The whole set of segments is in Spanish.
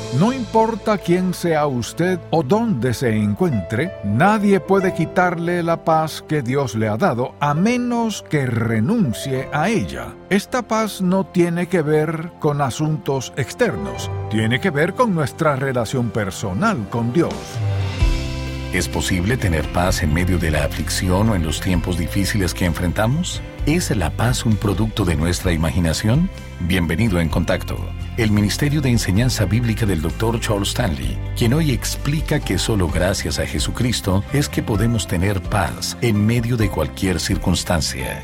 No importa quién sea usted o dónde se encuentre, nadie puede quitarle la paz que Dios le ha dado a menos que renuncie a ella. Esta paz no tiene que ver con asuntos externos, tiene que ver con nuestra relación personal con Dios. ¿Es posible tener paz en medio de la aflicción o en los tiempos difíciles que enfrentamos? ¿Es la paz un producto de nuestra imaginación? Bienvenido en Contacto, el Ministerio de Enseñanza Bíblica del Dr. Charles Stanley, quien hoy explica que solo gracias a Jesucristo es que podemos tener paz en medio de cualquier circunstancia.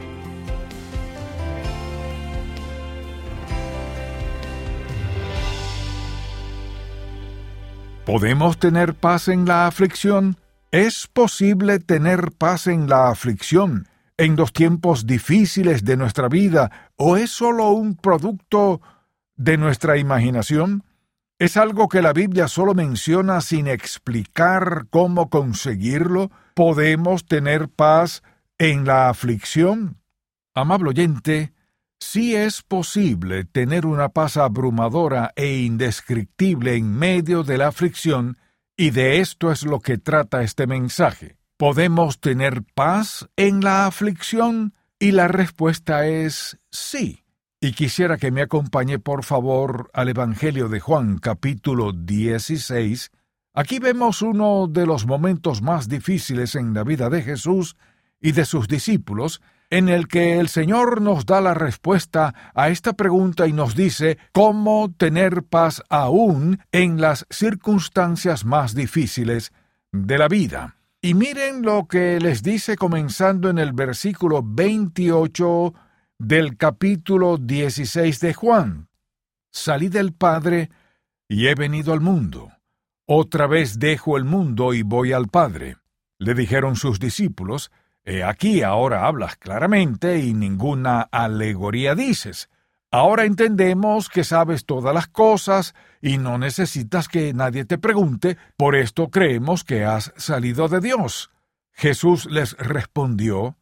¿Podemos tener paz en la aflicción? ¿Es posible tener paz en la aflicción en los tiempos difíciles de nuestra vida, o es solo un producto de nuestra imaginación? ¿Es algo que la Biblia solo menciona sin explicar cómo conseguirlo? ¿Podemos tener paz en la aflicción? Amable oyente, sí es posible tener una paz abrumadora e indescriptible en medio de la aflicción, y de esto es lo que trata este mensaje. ¿Podemos tener paz en la aflicción? Y la respuesta es sí. Y quisiera que me acompañe por favor al Evangelio de Juan, capítulo 16. Aquí vemos uno de los momentos más difíciles en la vida de Jesús y de sus discípulos, en el que el Señor nos da la respuesta a esta pregunta y nos dice cómo tener paz aún en las circunstancias más difíciles de la vida. Y miren lo que les dice comenzando en el versículo 28 del capítulo 16 de Juan. Salí del Padre y he venido al mundo. Otra vez dejo el mundo y voy al Padre. Le dijeron sus discípulos: He aquí, ahora hablas claramente y ninguna alegoría dices. Ahora entendemos que sabes todas las cosas y no necesitas que nadie te pregunte, por esto creemos que has salido de Dios. Jesús les respondió: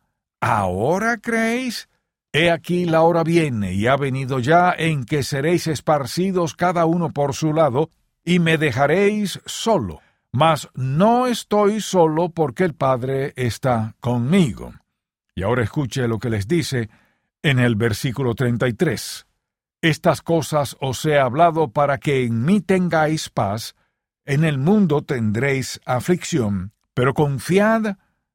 ¿Ahora creéis? He aquí la hora viene y ha venido ya en que seréis esparcidos cada uno por su lado y me dejaréis solo. Mas no estoy solo porque el Padre está conmigo. Y ahora escuche lo que les dice en el versículo 33. Estas cosas os he hablado para que en mí tengáis paz. En el mundo tendréis aflicción, pero confiad,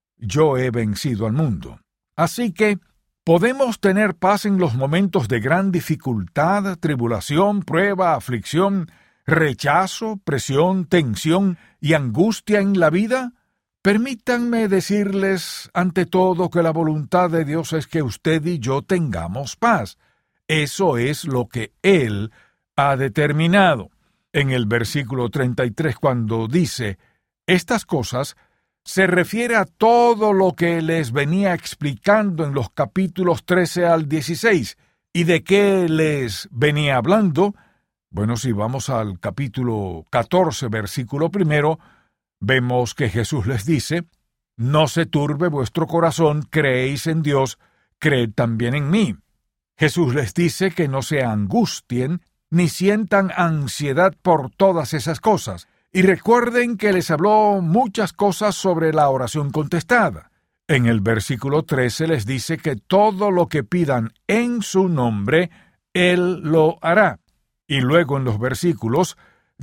yo he vencido al mundo. Así que podemos tener paz en los momentos de gran dificultad, tribulación, prueba, aflicción, rechazo, presión, tensión y angustia en la vida. Permítanme decirles ante todo que la voluntad de Dios es que usted y yo tengamos paz. Eso es lo que Él ha determinado. En el versículo 33, cuando dice estas cosas, se refiere a todo lo que les venía explicando en los capítulos 13 al 16. ¿Y de qué les venía hablando? Bueno, si vamos al capítulo 14, versículo 1, vemos que Jesús les dice: No se turbe vuestro corazón, creéis en Dios, creed también en mí. Jesús les dice que no se angustien ni sientan ansiedad por todas esas cosas. Y recuerden que les habló muchas cosas sobre la oración contestada. En el versículo 13 les dice que todo lo que pidan en su nombre, Él lo hará. Y luego en los versículos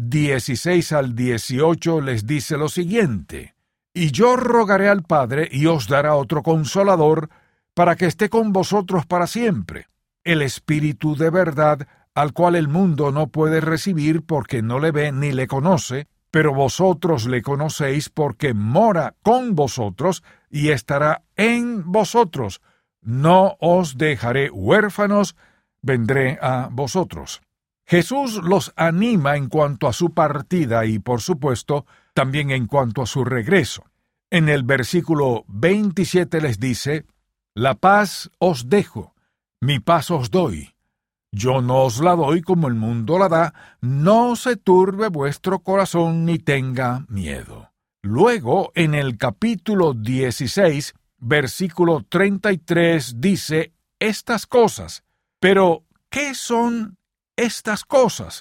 16 al 18 les dice lo siguiente: Y yo rogaré al Padre y os dará otro Consolador para que esté con vosotros para siempre, el Espíritu de verdad, al cual el mundo no puede recibir porque no le ve ni le conoce, pero vosotros le conocéis porque mora con vosotros y estará en vosotros. No os dejaré huérfanos, vendré a vosotros. Jesús los anima en cuanto a su partida y, por supuesto, también en cuanto a su regreso. En el versículo 27 les dice: La paz os dejo, mi paz os doy. Yo no os la doy como el mundo la da, no se turbe vuestro corazón ni tenga miedo. Luego, en el capítulo 16, versículo 33, dice estas cosas. Pero, ¿qué son estas cosas?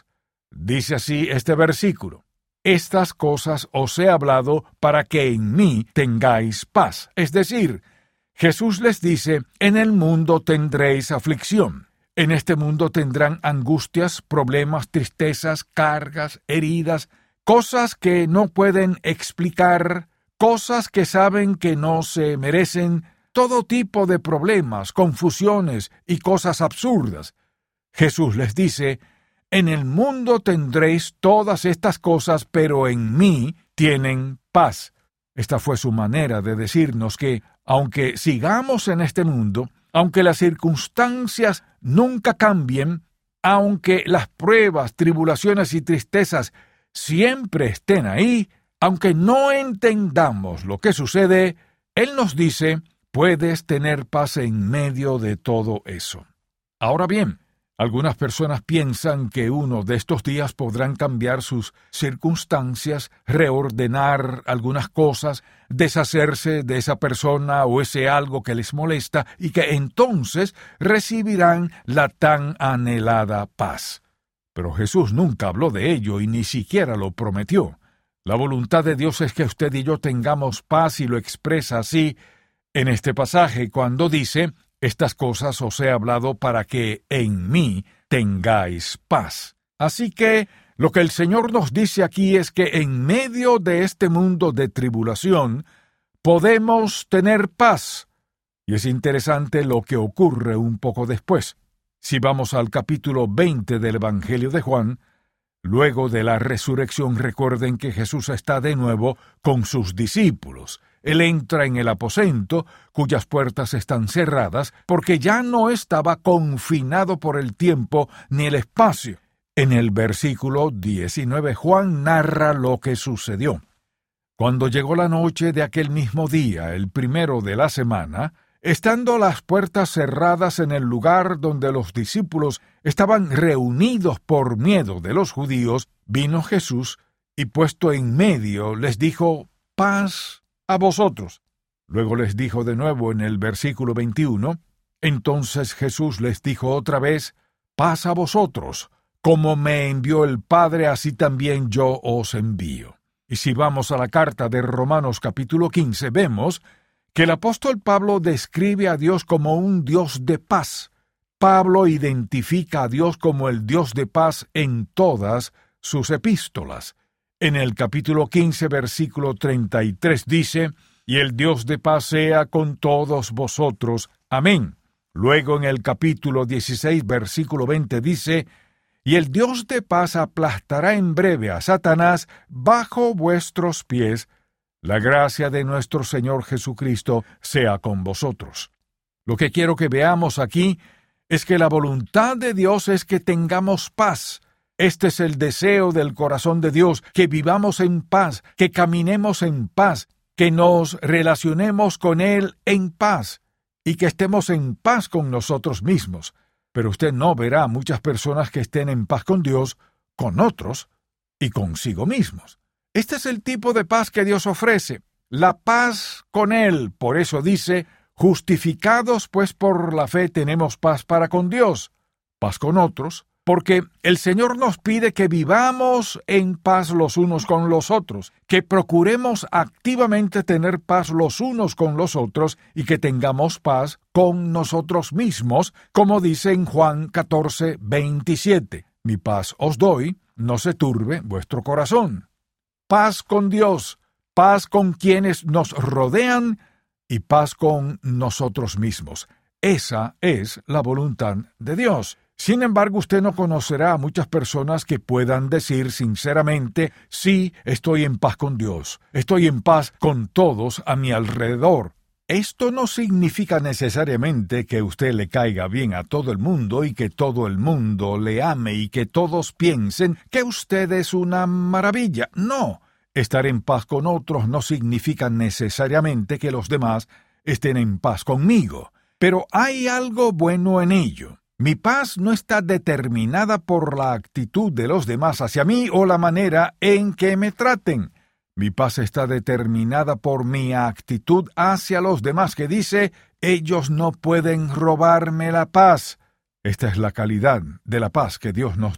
Dice así este versículo: estas cosas os he hablado para que en mí tengáis paz. Es decir, Jesús les dice, en el mundo tendréis aflicción. En este mundo tendrán angustias, problemas, tristezas, cargas, heridas, cosas que no pueden explicar, cosas que saben que no se merecen, todo tipo de problemas, confusiones y cosas absurdas. Jesús les dice, en el mundo tendréis todas estas cosas, pero en mí tienen paz. Esta fue su manera de decirnos que, aunque sigamos en este mundo, aunque las circunstancias nunca cambien, aunque las pruebas, tribulaciones y tristezas siempre estén ahí, aunque no entendamos lo que sucede, Él nos dice, puedes tener paz en medio de todo eso. Ahora bien, algunas personas piensan que uno de estos días podrán cambiar sus circunstancias, reordenar algunas cosas, deshacerse de esa persona o ese algo que les molesta y que entonces recibirán la tan anhelada paz. Pero Jesús nunca habló de ello y ni siquiera lo prometió. La voluntad de Dios es que usted y yo tengamos paz y lo expresa así en este pasaje cuando dice: estas cosas os he hablado para que en mí tengáis paz. Así que lo que el Señor nos dice aquí es que en medio de este mundo de tribulación podemos tener paz. Y es interesante lo que ocurre un poco después. Si vamos al capítulo 20 del Evangelio de Juan, luego de la resurrección, recuerden que Jesús está de nuevo con sus discípulos. Él entra en el aposento, cuyas puertas están cerradas, porque ya no estaba confinado por el tiempo ni el espacio. En el versículo 19, Juan narra lo que sucedió. Cuando llegó la noche de aquel mismo día, el primero de la semana, estando las puertas cerradas en el lugar donde los discípulos estaban reunidos por miedo de los judíos, vino Jesús y puesto en medio les dijo: paz a vosotros. Luego les dijo de nuevo en el versículo 21, entonces Jesús les dijo otra vez: paz a vosotros, como me envió el Padre, así también yo os envío. Y si vamos a la carta de Romanos capítulo 15, vemos que el apóstol Pablo describe a Dios como un Dios de paz. Pablo identifica a Dios como el Dios de paz en todas sus epístolas. En el capítulo 15, versículo 33 dice: y el Dios de paz sea con todos vosotros. Amén. Luego en el capítulo 16, versículo 20 dice: y el Dios de paz aplastará en breve a Satanás bajo vuestros pies. La gracia de nuestro Señor Jesucristo sea con vosotros. Lo que quiero que veamos aquí es que la voluntad de Dios es que tengamos paz. Este es el deseo del corazón de Dios, que vivamos en paz, que caminemos en paz, que nos relacionemos con Él en paz y que estemos en paz con nosotros mismos. Pero usted no verá muchas personas que estén en paz con Dios, con otros y consigo mismos. Este es el tipo de paz que Dios ofrece, la paz con Él. Por eso dice: justificados pues por la fe tenemos paz para con Dios, paz con otros, porque el Señor nos pide que vivamos en paz los unos con los otros, que procuremos activamente tener paz los unos con los otros y que tengamos paz con nosotros mismos, como dice en Juan 14, 27. Mi paz os doy, no se turbe vuestro corazón. Paz con Dios, paz con quienes nos rodean y paz con nosotros mismos. Esa es la voluntad de Dios. Sin embargo, usted no conocerá a muchas personas que puedan decir sinceramente: sí, estoy en paz con Dios, estoy en paz con todos a mi alrededor. Esto no significa necesariamente que usted le caiga bien a todo el mundo y que todo el mundo le ame y que todos piensen que usted es una maravilla. No, estar en paz con otros no significa necesariamente que los demás estén en paz conmigo, pero hay algo bueno en ello. Mi paz no está determinada por la actitud de los demás hacia mí o la manera en que me traten. Mi paz está determinada por mi actitud hacia los demás, que dice: ellos no pueden robarme la paz. Esta es la calidad de la paz que Dios nos da.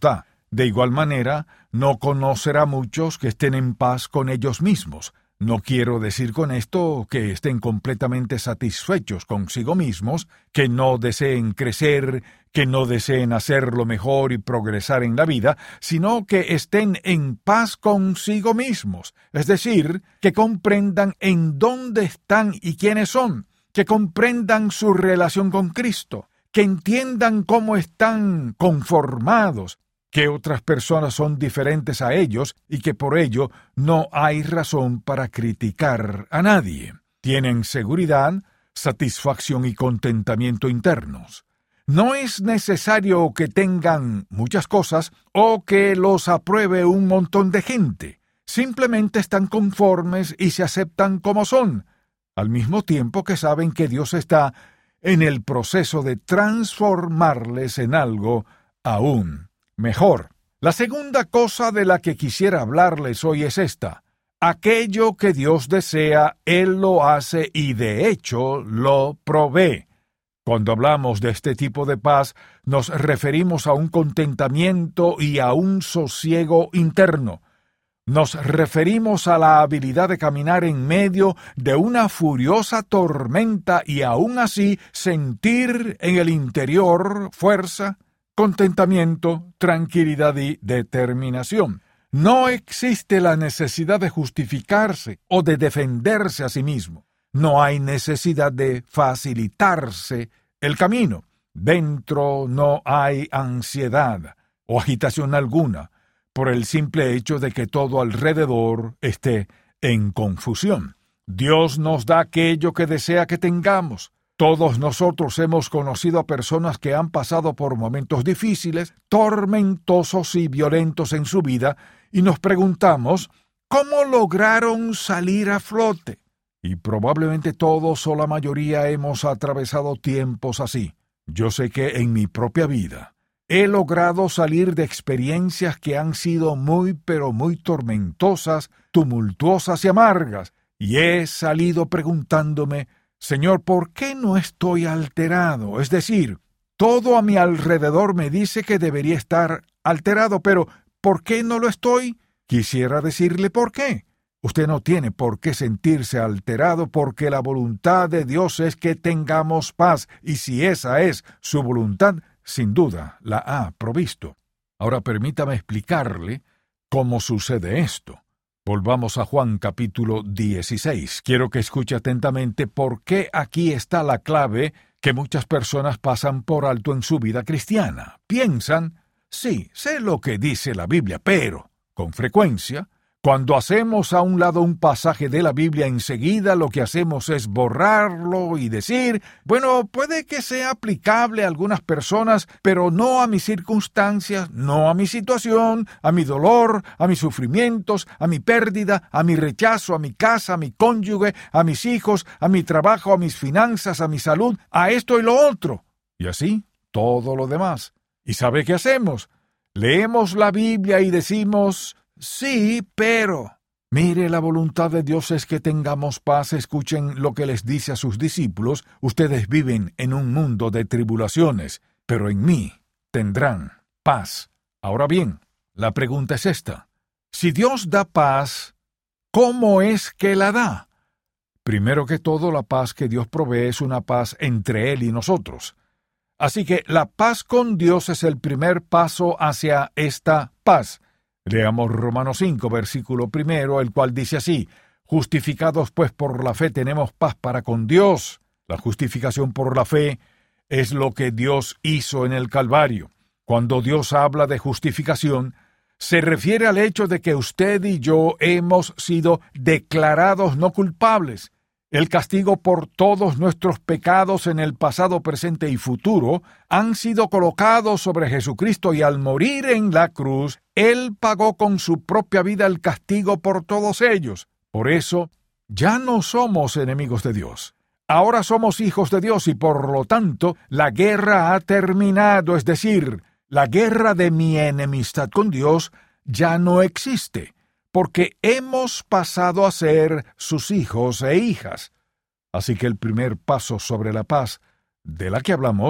De igual manera, no conocerá muchos que estén en paz con ellos mismos. No quiero decir con esto que estén completamente satisfechos consigo mismos, que no deseen crecer, que no deseen hacerlo mejor y progresar en la vida, sino que estén en paz consigo mismos, es decir, que comprendan en dónde están y quiénes son, que comprendan su relación con Cristo, que entiendan cómo están conformados, que otras personas son diferentes a ellos y que por ello no hay razón para criticar a nadie. Tienen seguridad, satisfacción y contentamiento internos. No es necesario que tengan muchas cosas o que los apruebe un montón de gente. Simplemente están conformes y se aceptan como son, al mismo tiempo que saben que Dios está en el proceso de transformarles en algo aún mejor. La segunda cosa de la que quisiera hablarles hoy es esta. Aquello que Dios desea, Él lo hace y de hecho lo provee. Cuando hablamos de este tipo de paz, nos referimos a un contentamiento y a un sosiego interno. Nos referimos a la habilidad de caminar en medio de una furiosa tormenta y aún así sentir en el interior fuerza, contentamiento, tranquilidad y determinación. No existe la necesidad de justificarse o de defenderse a sí mismo. No hay necesidad de facilitarse el camino. Dentro no hay ansiedad o agitación alguna, por el simple hecho de que todo alrededor esté en confusión. Dios nos da aquello que desea que tengamos. Todos nosotros hemos conocido a personas que han pasado por momentos difíciles, tormentosos y violentos en su vida, y nos preguntamos, ¿cómo lograron salir a flote? Y probablemente todos o la mayoría hemos atravesado tiempos así. Yo sé que en mi propia vida he logrado salir de experiencias que han sido muy pero muy tormentosas, tumultuosas y amargas, y he salido preguntándome, Señor, ¿por qué no estoy alterado? Es decir, todo a mi alrededor me dice que debería estar alterado, pero ¿por qué no lo estoy? Quisiera decirle por qué. Usted no tiene por qué sentirse alterado porque la voluntad de Dios es que tengamos paz, y si esa es su voluntad, sin duda la ha provisto. Ahora permítame explicarle cómo sucede esto. Volvamos a Juan capítulo 16. Quiero que escuche atentamente porque aquí está la clave que muchas personas pasan por alto en su vida cristiana. Piensan, sí, sé lo que dice la Biblia, pero, con frecuencia, cuando hacemos a un lado un pasaje de la Biblia, enseguida lo que hacemos es borrarlo y decir, bueno, puede que sea aplicable a algunas personas, pero no a mis circunstancias, no a mi situación, a mi dolor, a mis sufrimientos, a mi pérdida, a mi rechazo, a mi casa, a mi cónyuge, a mis hijos, a mi trabajo, a mis finanzas, a mi salud, a esto y lo otro. Y así, todo lo demás. ¿Y sabe qué hacemos? Leemos la Biblia y decimos, sí, pero... Mire, la voluntad de Dios es que tengamos paz. Escuchen lo que les dice a sus discípulos. Ustedes viven en un mundo de tribulaciones, pero en mí tendrán paz. Ahora bien, la pregunta es esta. Si Dios da paz, ¿cómo es que la da? Primero que todo, la paz que Dios provee es una paz entre Él y nosotros. Así que la paz con Dios es el primer paso hacia esta paz. Leamos Romanos 5, versículo 1, el cual dice así, justificados pues por la fe tenemos paz para con Dios. La justificación por la fe es lo que Dios hizo en el Calvario. Cuando Dios habla de justificación, se refiere al hecho de que usted y yo hemos sido declarados no culpables. El castigo por todos nuestros pecados en el pasado, presente y futuro han sido colocados sobre Jesucristo y al morir en la cruz, Él pagó con su propia vida el castigo por todos ellos. Por eso, ya no somos enemigos de Dios. Ahora somos hijos de Dios y por lo tanto, la guerra ha terminado, es decir, la guerra de mi enemistad con Dios ya no existe, porque hemos pasado a ser sus hijos e hijas. Así que el primer paso sobre la paz de la que hablamos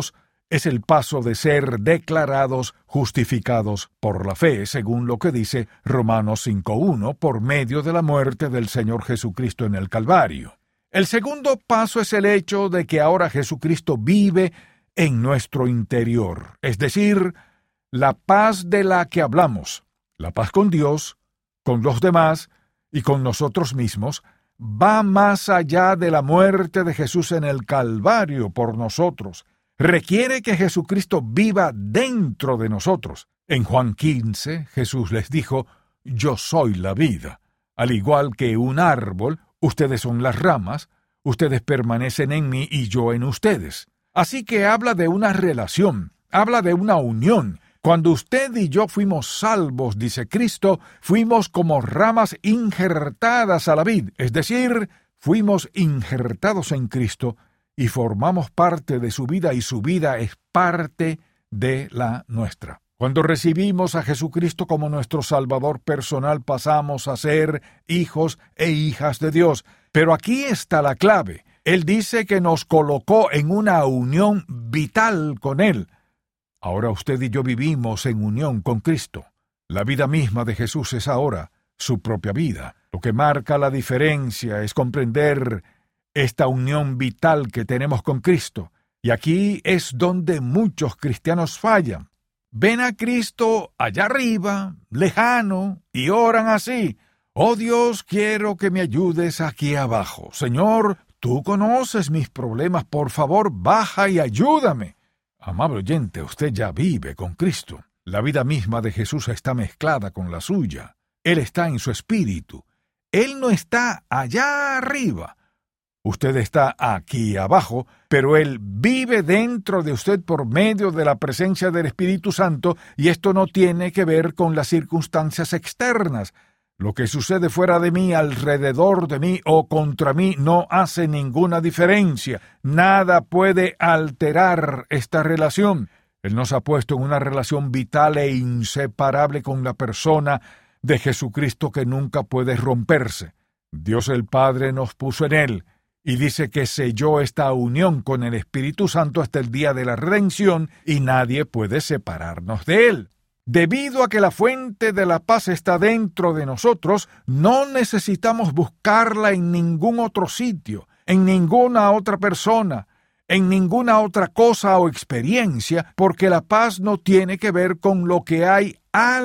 es el paso de ser declarados justificados por la fe, según lo que dice Romanos 5:1, por medio de la muerte del Señor Jesucristo en el Calvario. El segundo paso es el hecho de que ahora Jesucristo vive en nuestro interior, es decir, la paz de la que hablamos, la paz con Dios, con los demás y con nosotros mismos, va más allá de la muerte de Jesús en el Calvario por nosotros. Requiere que Jesucristo viva dentro de nosotros. En Juan 15, Jesús les dijo, «Yo soy la vida». Al igual que un árbol, ustedes son las ramas, ustedes permanecen en mí y yo en ustedes. Así que habla de una relación, habla de una unión. Cuando usted y yo fuimos salvos, dice Cristo, fuimos como ramas injertadas a la vid, es decir, fuimos injertados en Cristo y formamos parte de su vida y su vida es parte de la nuestra. Cuando recibimos a Jesucristo como nuestro Salvador personal, pasamos a ser hijos e hijas de Dios. Pero aquí está la clave. Él dice que nos colocó en una unión vital con Él. Ahora usted y yo vivimos en unión con Cristo. La vida misma de Jesús es ahora su propia vida. Lo que marca la diferencia es comprender esta unión vital que tenemos con Cristo. Y aquí es donde muchos cristianos fallan. Ven a Cristo allá arriba, lejano, y oran así. «Oh Dios, quiero que me ayudes aquí abajo. Señor, tú conoces mis problemas, por favor, baja y ayúdame». Amable oyente, usted ya vive con Cristo. La vida misma de Jesús está mezclada con la suya. Él está en su espíritu. Él no está allá arriba. Usted está aquí abajo, pero Él vive dentro de usted por medio de la presencia del Espíritu Santo, y esto no tiene que ver con las circunstancias externas. Lo que sucede fuera de mí, alrededor de mí o contra mí no hace ninguna diferencia. Nada puede alterar esta relación. Él nos ha puesto en una relación vital e inseparable con la persona de Jesucristo que nunca puede romperse. Dios el Padre nos puso en Él y dice que selló esta unión con el Espíritu Santo hasta el día de la redención y nadie puede separarnos de Él. Debido a que la fuente de la paz está dentro de nosotros, no necesitamos buscarla en ningún otro sitio, en ninguna otra persona, en ninguna otra cosa o experiencia, porque la paz no tiene que ver con lo que hay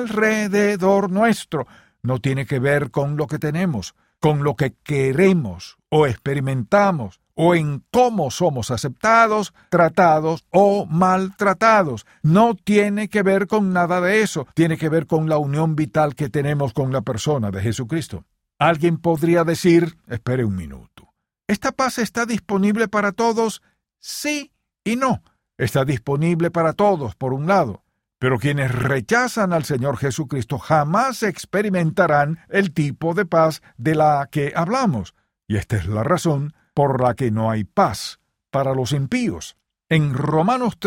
alrededor nuestro, no tiene que ver con lo que tenemos, con lo que queremos o experimentamos, o en cómo somos aceptados, tratados o maltratados. No tiene que ver con nada de eso, tiene que ver con la unión vital que tenemos con la persona de Jesucristo. Alguien podría decir, espere un minuto, ¿esta paz está disponible para todos? Sí y no. Está disponible para todos, por un lado, pero quienes rechazan al Señor Jesucristo jamás experimentarán el tipo de paz de la que hablamos, y esta es la razón por la que no hay paz para los impíos. En Romanos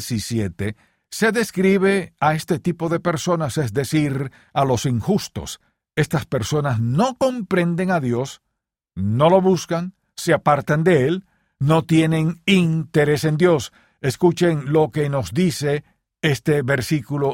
3:17 se describe a este tipo de personas, es decir, a los injustos. Estas personas no comprenden a Dios, no lo buscan, se apartan de Él, no tienen interés en Dios. Escuchen lo que nos dice este versículo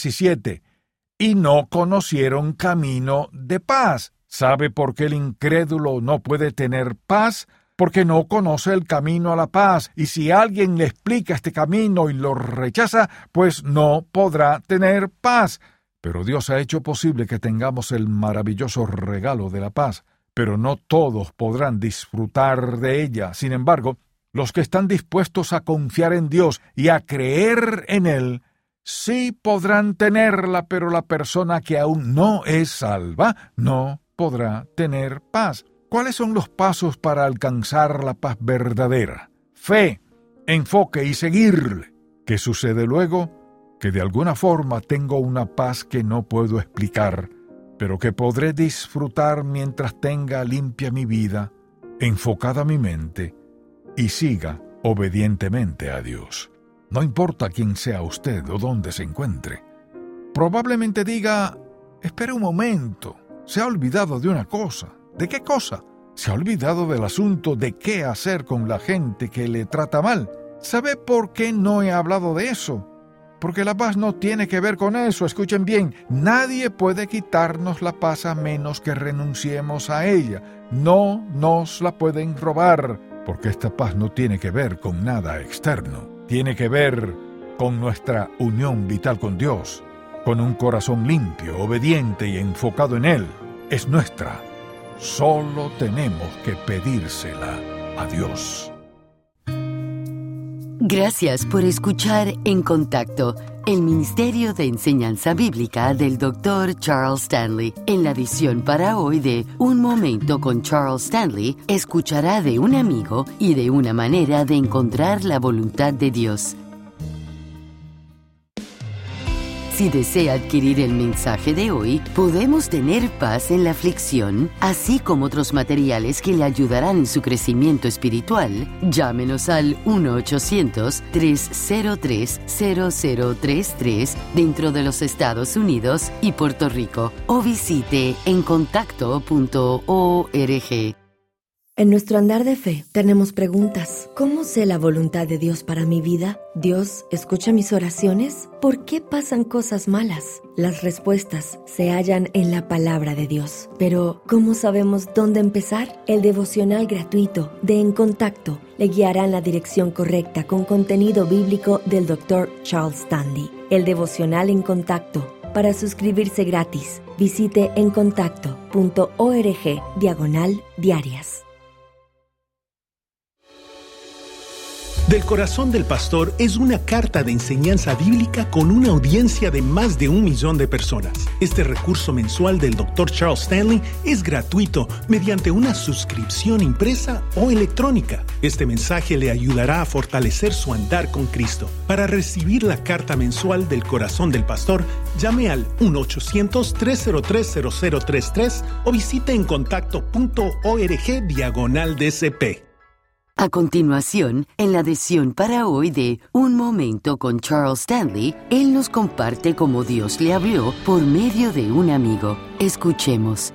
17. Y no conocieron camino de paz. ¿Sabe por qué el incrédulo no puede tener paz? Porque no conoce el camino a la paz, y si alguien le explica este camino y lo rechaza, pues no podrá tener paz. Pero Dios ha hecho posible que tengamos el maravilloso regalo de la paz, pero no todos podrán disfrutar de ella. Sin embargo, los que están dispuestos a confiar en Dios y a creer en Él, sí podrán tenerla, pero la persona que aún no es salva no podrá tener paz. ¿Cuáles son los pasos para alcanzar la paz verdadera? Fe, enfoque y seguirle. ¿Qué sucede luego? Que de alguna forma tengo una paz que no puedo explicar, pero que podré disfrutar mientras tenga limpia mi vida, enfocada mi mente y siga obedientemente a Dios. No importa quién sea usted o dónde se encuentre. Probablemente diga, espere un momento, se ha olvidado de una cosa. ¿De qué cosa? Se ha olvidado del asunto de qué hacer con la gente que le trata mal. ¿Sabe por qué no he hablado de eso? Porque la paz no tiene que ver con eso. Escuchen bien, nadie puede quitarnos la paz a menos que renunciemos a ella. No nos la pueden robar, porque esta paz no tiene que ver con nada externo. Tiene que ver con nuestra unión vital con Dios, con un corazón limpio, obediente y enfocado en Él. Es nuestra. Solo tenemos que pedírsela a Dios. Gracias por escuchar En Contacto, el Ministerio de Enseñanza Bíblica del Dr. Charles Stanley. En la edición para hoy de Un Momento con Charles Stanley, escuchará de un amigo y de una manera de encontrar la voluntad de Dios. Si desea adquirir el mensaje de hoy, Podemos tener paz en la aflicción, así como otros materiales que le ayudarán en su crecimiento espiritual, llámenos al 1-800-303-0033 dentro de los Estados Unidos y Puerto Rico, o visite encontacto.org. En nuestro andar de fe tenemos preguntas. ¿Cómo sé la voluntad de Dios para mi vida? ¿Dios escucha mis oraciones? ¿Por qué pasan cosas malas? Las respuestas se hallan en la palabra de Dios. Pero, ¿cómo sabemos dónde empezar? El devocional gratuito de En Contacto le guiará en la dirección correcta con contenido bíblico del Dr. Charles Stanley. El devocional En Contacto. Para suscribirse gratis, visite encontacto.org/diarias. Del Corazón del Pastor es una carta de enseñanza bíblica con una audiencia de más de 1 millón de personas. Este recurso mensual del Dr. Charles Stanley es gratuito mediante una suscripción impresa o electrónica. Este mensaje le ayudará a fortalecer su andar con Cristo. Para recibir la carta mensual del Corazón del Pastor, llame al 1-800-303-0033 o visite encontacto.org/DCP. A continuación, en la edición para hoy de Un Momento con Charles Stanley, él nos comparte cómo Dios le habló por medio de un amigo. Escuchemos.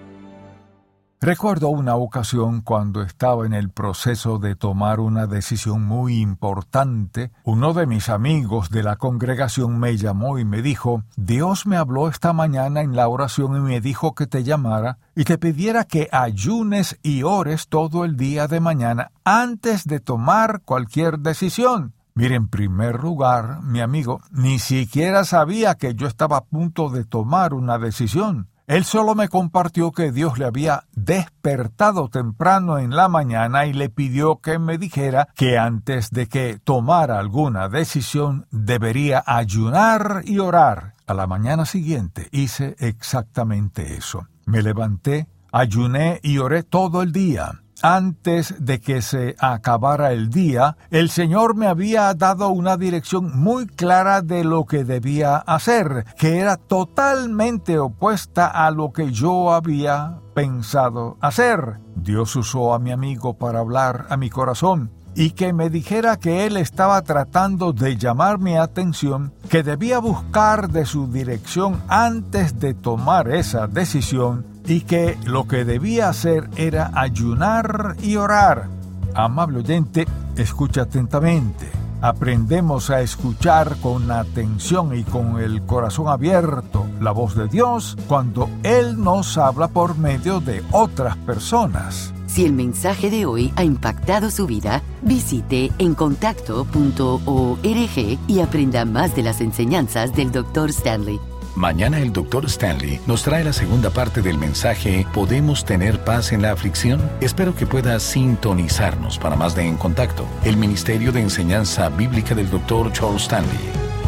Recuerdo una ocasión cuando estaba en el proceso de tomar una decisión muy importante. Uno de mis amigos de la congregación me llamó y me dijo: Dios me habló esta mañana en la oración y me dijo que te llamara y te pidiera que ayunes y ores todo el día de mañana antes de tomar cualquier decisión. Mire, en primer lugar, mi amigo ni siquiera sabía que yo estaba a punto de tomar una decisión. Él solo me compartió que Dios le había despertado temprano en la mañana y le pidió que me dijera que antes de que tomara alguna decisión debería ayunar y orar. A la mañana siguiente hice exactamente eso. Me levanté, ayuné y oré todo el día. Antes de que se acabara el día, el Señor me había dado una dirección muy clara de lo que debía hacer, que era totalmente opuesta a lo que yo había pensado hacer. Dios usó a mi amigo para hablar a mi corazón y que me dijera que él estaba tratando de llamar mi atención, que debía buscar de su dirección antes de tomar esa decisión y que lo que debía hacer era ayunar y orar. Amable oyente, escucha atentamente. Aprendemos a escuchar con atención y con el corazón abierto la voz de Dios cuando Él nos habla por medio de otras personas. Si el mensaje de hoy ha impactado su vida, visite encontacto.org y aprenda más de las enseñanzas del Dr. Stanley. Mañana el Dr. Stanley nos trae la segunda parte del mensaje ¿Podemos tener paz en la aflicción? Espero que pueda sintonizarnos para más de En Contacto, el Ministerio de Enseñanza Bíblica del Dr. Charles Stanley.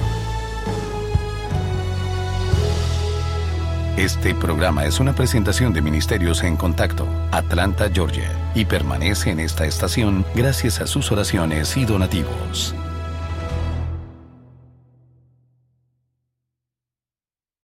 Este programa es una presentación de Ministerios En Contacto, Atlanta, Georgia, y permanece en esta estación gracias a sus oraciones y donativos.